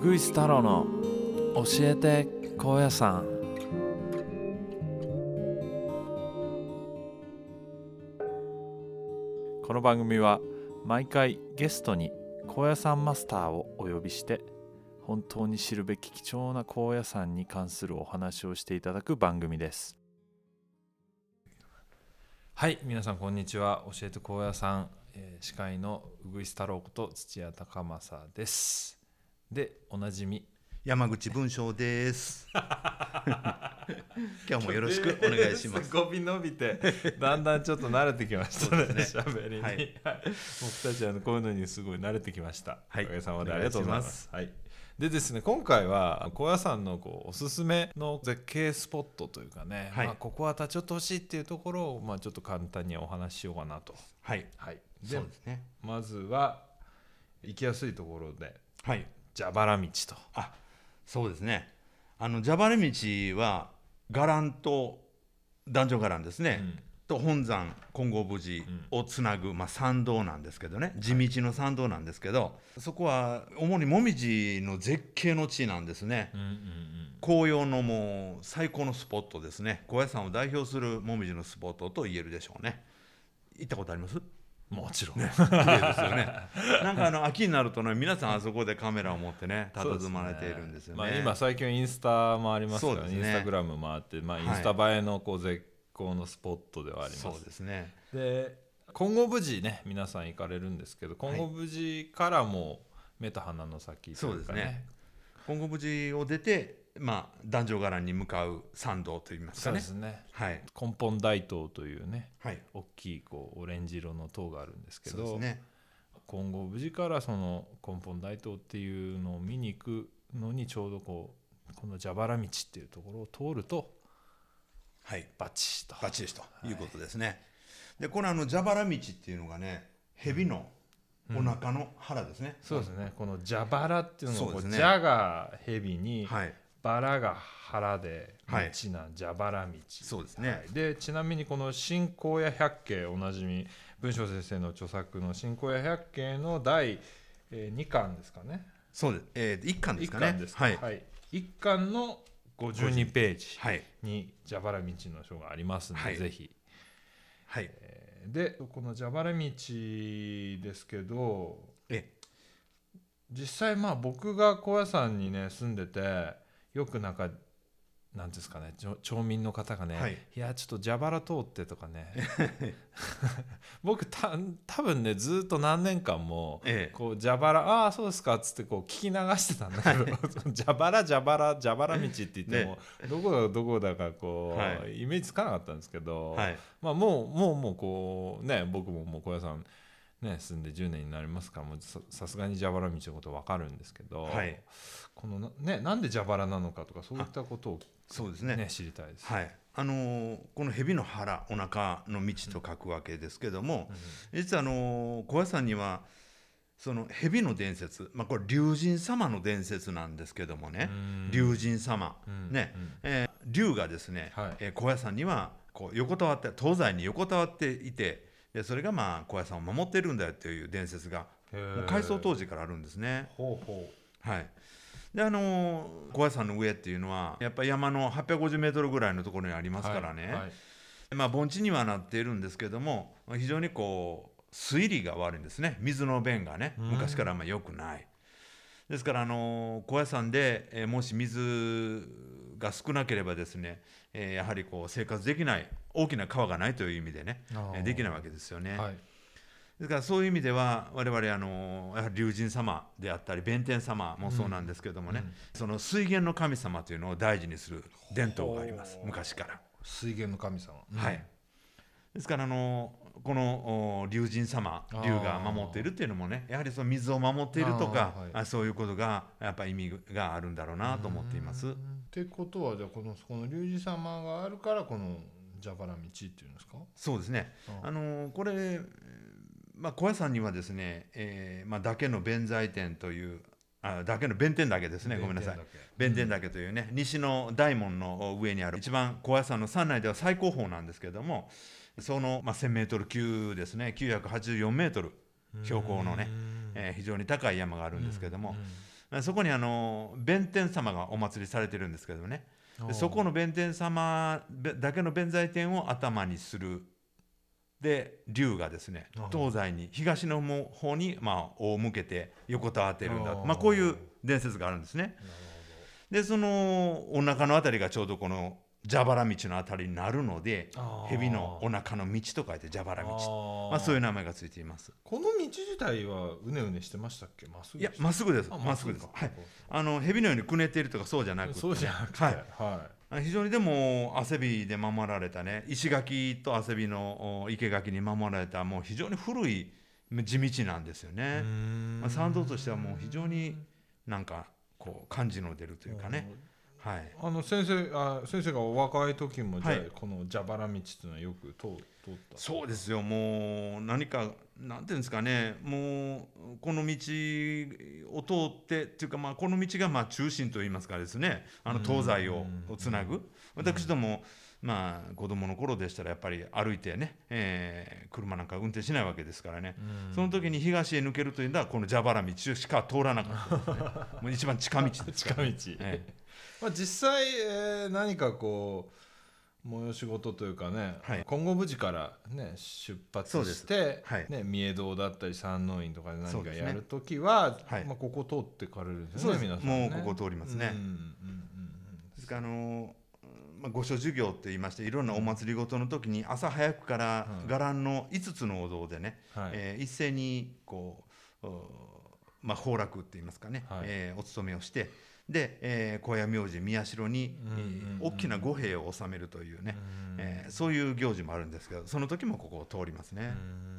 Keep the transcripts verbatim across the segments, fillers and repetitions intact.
ぐいす太郎の教えて高野山。この番組は毎回ゲストに高野山マスターをお呼びして本当に知るべき貴重な高野山に関するお話をしていただく番組です。はい、皆さんこんにちは。教えて高野山、えー、司会のうぐいす太郎こと土屋隆正です。で、おなじみ山口文章です今日もよろしくお願いします。 語尾伸びてだんだんちょっと慣れてきましたね喋りに、はい、僕たちはこういうのにすごい慣れてきました、はい、おかげさまでありがとうございます。はい、でですね、今回は高野山のこうおすすめの絶景スポットというかね、はい、まあ、ここは立ち寄ってほしいっていうところを、まあ、ちょっと簡単にお話ししようかなと。はい、はい、でそうですね、 まずは行きやすいところで、 はい、 蛇腹道と。 あ、そうですね、あの蛇腹道は伽藍と壇上伽藍ですね、うん、と本山金剛無寺をつなぐ、まあ、参道なんですけどね、地道の参道なんですけど、はい、そこは主にもみじの絶景の地なんですね、うんうんうん、紅葉のもう最高のスポットですね。高野山を代表するもみじのスポットと言えるでしょうね。行ったことあります？ もちろん、 ね、綺麗ですよねなんかあの秋になるとね、皆さんあそこでカメラを持ってね佇まれているんですよね。 まあ、今最近インスタもありますから、ね、インスタグラムもあって、まあ、インスタ映えのこう絶好のスポットではあります。 そうですね。 で、金剛無寺ね、皆さん行かれるんですけど、金剛無寺からも目と鼻の先というかね、 そうですね、金剛無寺を出て、まあ、壇上伽藍に向かう参道といいますかね。 そうですね、 はい、 根本大塔というね、 はい、 大きいこうオレンジ色の塔があるんですけど、 そうですね、 金剛無寺からその根本大塔っていうのを見に行くのにちょうどこうこの蛇腹道っていうところを通ると、 はい、 バッチシとバッチリということですね、はい、でこのあの蛇腹道っていうのがね、蛇のお腹の腹ですね、 うん、そうですね。この蛇腹っていうのが、 ね、 蛇が蛇に、 はい、 バラが腹で道な蛇腹道、 そうですね、はい、 でちなみにこの新高野百景、おなじみ文章先生の著作の新高野百景のだいにかんですかね。 そうです、えー、いっかんですかね。 いっかんですか、はいはい、いっかんのごじゅうにページに蛇腹道の書がありますので、はい、ぜひ、 はい、 えー、でこの蛇腹道ですけど、え実際まあ僕が高野山にね住んでて、よくなんかなんですかね、町民の方がね、はい、いやちょっと蛇腹通ってとかね僕た多分ねずっと何年間も、ええ、こう蛇腹、ああそうですかっつってこう聞き流してたんだけど蛇腹蛇腹蛇腹道って言っても、ね、どこだどこだかこう、はい、イメージつかなかったんですけど、はい、まあもうもうもうこうね、僕ももう高野山ね、住んでじゅうねんになりますから、もう さ, さすがに蛇腹道のこと分かるんですけど、はい、このね、なんで蛇腹なのかとかそういったことを、 そうですね、 ね、知りたいです。 はい、あのー、この蛇の腹、お腹の道と書くわけですけども、うん、実はあのー、高野山にはその蛇の伝説、まあ、これ龍神様の伝説なんですけどもね、龍神様、うんねうんえー、龍がですね、はいえー、高野山にはこう横たわって、東西に横たわっていて、でそれがまあ高野山を守っているんだよという伝説がもう開創当時からあるんですね。 ほうほう、はい、であのー、高野山の上っていうのはやっぱり山のはっぴゃくごじゅうメートルぐらいのところにありますからね、はいはい、まあ、盆地にはなっているんですけども、非常にこう水利が悪いんですね。水の便がね昔からまあ良くない。ですからあのー、高野山で、えー、もし水が少なければですね、えー、やはりこう生活できない、大きな川がないという意味でね、えー、できないわけですよね、はい、ですからそういう意味では我々あのー、やはり龍神様であったり弁天様もそうなんですけどもね、うんうん、その水源の神様というのを大事にする伝統があります、昔から。 水源の神様、 うん、はい、ですからあのーこの龍神様、龍が守っているっていうのもね、やはりその水を守っているとか、あ、はい、そういうことがやっぱり意味があるんだろうなと思っています。 ってことはじゃあこのこの龍神様があるからこの蛇腹道っていうんですか？ そうですね。あのこれ、まあ、高野山にはですね、えーまあ、岳の弁財天というあ岳の弁天岳ですね、ごめんなさい、弁天岳というね、うん、西の大門の上にある一番高野山の山内では最高峰なんですけども、その、まあ、せんメートル級ですね、きゅうひゃくはちじゅうよんメートル標高のね、えー、非常に高い山があるんですけども、 そこにあの弁天様がお祭りされてるんですけどね、でそこの弁天様だけの弁財天を頭にする。で竜がですね東西に東の方にまあ尾を向けて横たわっているんだ、まあ、こういう伝説があるんですね。でそのお腹のあたりがちょうどこの蛇腹道のあたりになるので、蛇のお腹の道と書いて蛇腹道、まあ、そういう名前がついています。 この道自体はうねうねしてましたっけ？まっすぐ？ いやまっすぐです。まっすぐです。はい。あの蛇のようにくねっているとかそうじゃなくて、ね、 そうじゃなくて、はいはい、非常にでも汗びで守られたね、石垣と汗びの生垣に守られたもう非常に古い地道なんですよね。まあ、参道としてはもう非常になんかこう感じの出るというかね。はい、 あの先生あ先生がお若い時もじゃあ、はい、この蛇腹道っていうのはよく通通った？ そうですよ。もう何かなんていうんですかね、もうこの道を通ってっていうか、まあこの道がまあ中心といいますかですね、あの東西をつなぐ。私どもまあ子供の頃でしたらやっぱり歩いてね、えー、車なんか運転しないわけですからね、その時に東へ抜けるというのはこの蛇腹道しか通らなかったですね。もう一番近道です近道、ええまあ、実際、えー、何かこう催し事というかね、はい、金剛無事から、ね、出発して、はいね、三重堂だったり山王院とかで何かやるときは、ねはいまあ、ここ通ってかれるんですよね。皆さんね。 もうここ通りますね。うんうんうんうん、ですからあのまあ、御所授業って言いましていろんなお祭りごとの時に朝早くから伽藍のいつつのお堂でね、はいえー、一斉にこう、まあ、崩落って言いますかね、はいえー、お勤めをしてで、えー、高野明神宮代に、えー、大きな御幣を納めるというね、うえー、そういう行事もあるんですけどその時もここを通りますね。うーん、はい、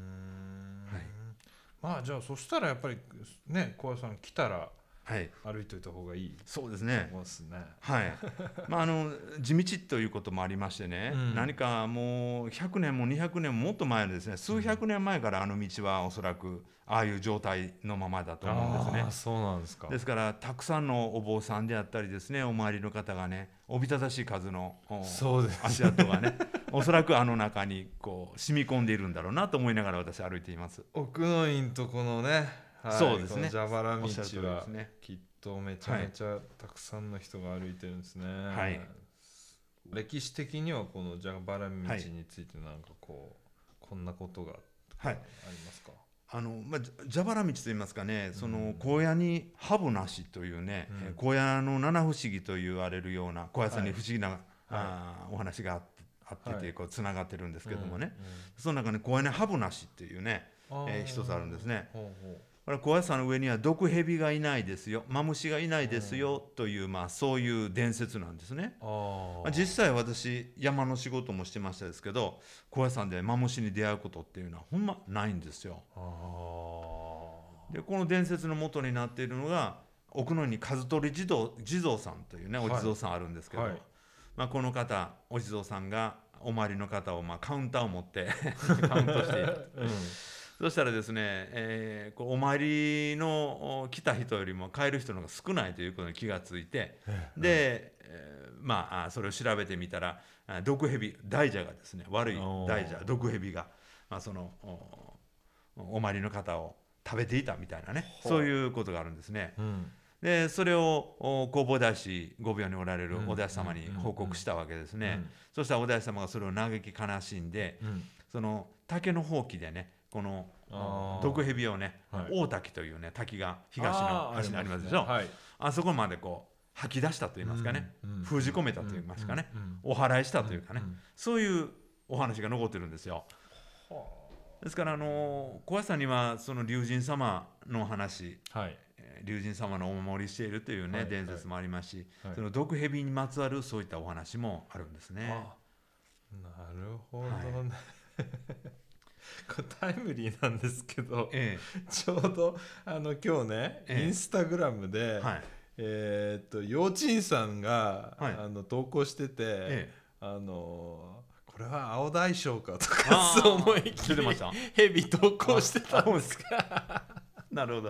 まあじゃあそしたらやっぱりね高野山来たらはい、歩いといた方がいい。 そうですね。 そうですね。 はい。まああの地道ということもありましてね、うん、何かもうひゃくねんもにひゃくねんももっと前のですね、数百年前からあの道はおそらくああいう状態のままだと思うんですね。 ああ、そうなんですか。 ですからたくさんのお坊さんであったりですね、お参りの方がね、おびただしい数のそうです足跡がね、おそらくあの中にこう染み込んでいるんだろうなと思いながら私歩いています。 奥の院とこのね。はい、 そうですね。 蛇腹道はきっとめちゃめちゃたくさんの人が歩いてるんですね。はい、歴史的にはこの蛇腹道についてなんかこう、はい、こんなことがありますか？ あのまあ、蛇腹道といいますかね、その高野にハブなしというね、うん、高野の七不思議と言われるような高野山に不思議な、はい、あお話があって、あっててこうつながってるんですけどもね、うんうん、その中に高野にハブなしっていうね、えー、一つあるんですね。ほうほう高野山の上には毒蛇がいないですよ、マムシがいないですよという、まあ、そういう伝説なんですね。あ、まあ、実際私山の仕事もしてましたですけど高野山でマムシに出会うことっていうのはほんまないんですよ。あでこの伝説の元になっているのが奥の院に数取地蔵、地蔵さんというねお地蔵さんあるんですけど、はいはいまあ、この方お地蔵さんがお参りの方をまあカウンターを持ってカウントしている、うんそしたらですね、えー、こうお参りの来た人よりも帰る人の方が少ないということに気がついて、で、えー、まあそれを調べてみたら毒蛇大蛇がですね悪い大蛇毒蛇が、まあ、その お, お参りの方を食べていたみたいなねそういうことがあるんですね。うん、でそれを弘法大師御廟におられるお大師様に報告したわけですね。うん、そしたらお大師様がそれを嘆き悲しんで、うん、その竹のほうきでねこの毒蛇をね、はい、大滝というね滝が東の端にありますでしょ。 あ,、はい、あそこまでこう吐き出したといいますかね、うんうん、封じ込めたといいますかね、うんうん、お祓いしたというかね、うんうん、そういうお話が残ってるんですよ。ですからあの高野山にはその龍神様の話、はい、龍神様のお守りしているというね、はい、伝説もありますし、はい、その毒蛇にまつわるそういったお話もあるんですね。 あ、なるほどね、はい、これタイムリーなんですけど、ええ、ちょうどあの今日ね、ええ、インスタグラムで、はい、えー、っと幼稚園さんが、はい、あの投稿してて、ええ、あのこれは青大将かとかそう思いきりヘビ投稿してたんですか。 なるほど。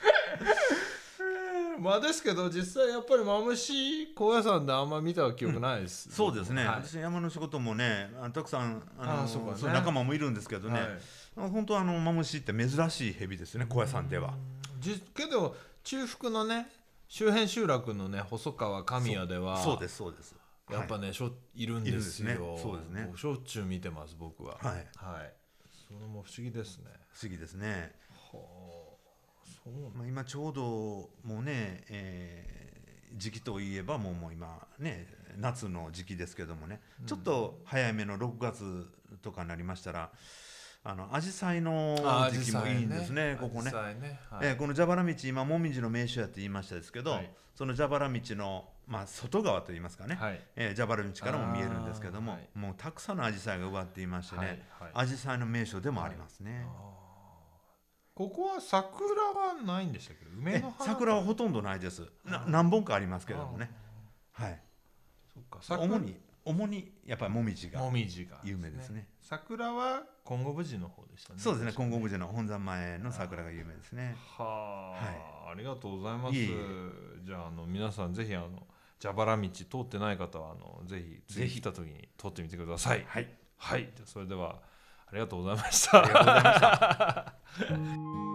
まあですけど実際やっぱりマムシ高野山であんま見た記憶ないです、 うん、そうですね、はい、私山の仕事もねたくさんあのあそうか、ね、そう仲間もいるんですけどね、はい、本当はあのマムシって珍しいヘビですよね高野山では。 じけど中腹のね周辺集落のね細川神谷ではそうですそうですやっぱね、はい、しょいるんですよ。 いるんですね。そうですね。 しょっちゅう見てます僕は。 はいはい。それも不思議ですね。 不思議ですね。はあ、そうまあ今ちょうどもうね、えー、時期といえばもうもう今ね夏の時期ですけどもね、うん、ちょっと早めのろくがつとかになりましたら。あの紫陽花の時期もいいんですね、ここね。ね、はい、えー、この蛇腹道、今、もみじの名所やって言いましたですけど、はい、その蛇腹道の、まあ、外側といいますかね、はい、えー、蛇腹道からも見えるんですけども、はい、もうたくさんの紫陽花が植わっていましてね、紫陽花の名所でもありますね。はい、 ここは桜はないんでしたっけ？梅の花？ 桜はほとんどないです。な何本かありますけどもね。はい。 そっか、 主に主にやっぱりもみじが有名ですね。 桜は金剛無寺の方でしたね。 そうですね、金剛無寺の本山前の桜が有名ですね。 はあ、はい、ありがとうございます。いいじゃあ、あの皆さんぜひあの蛇腹道通ってない方はあのぜひ次来た時に通ってみてください。はい、はい、それではありがとうございました。ありがとうございました。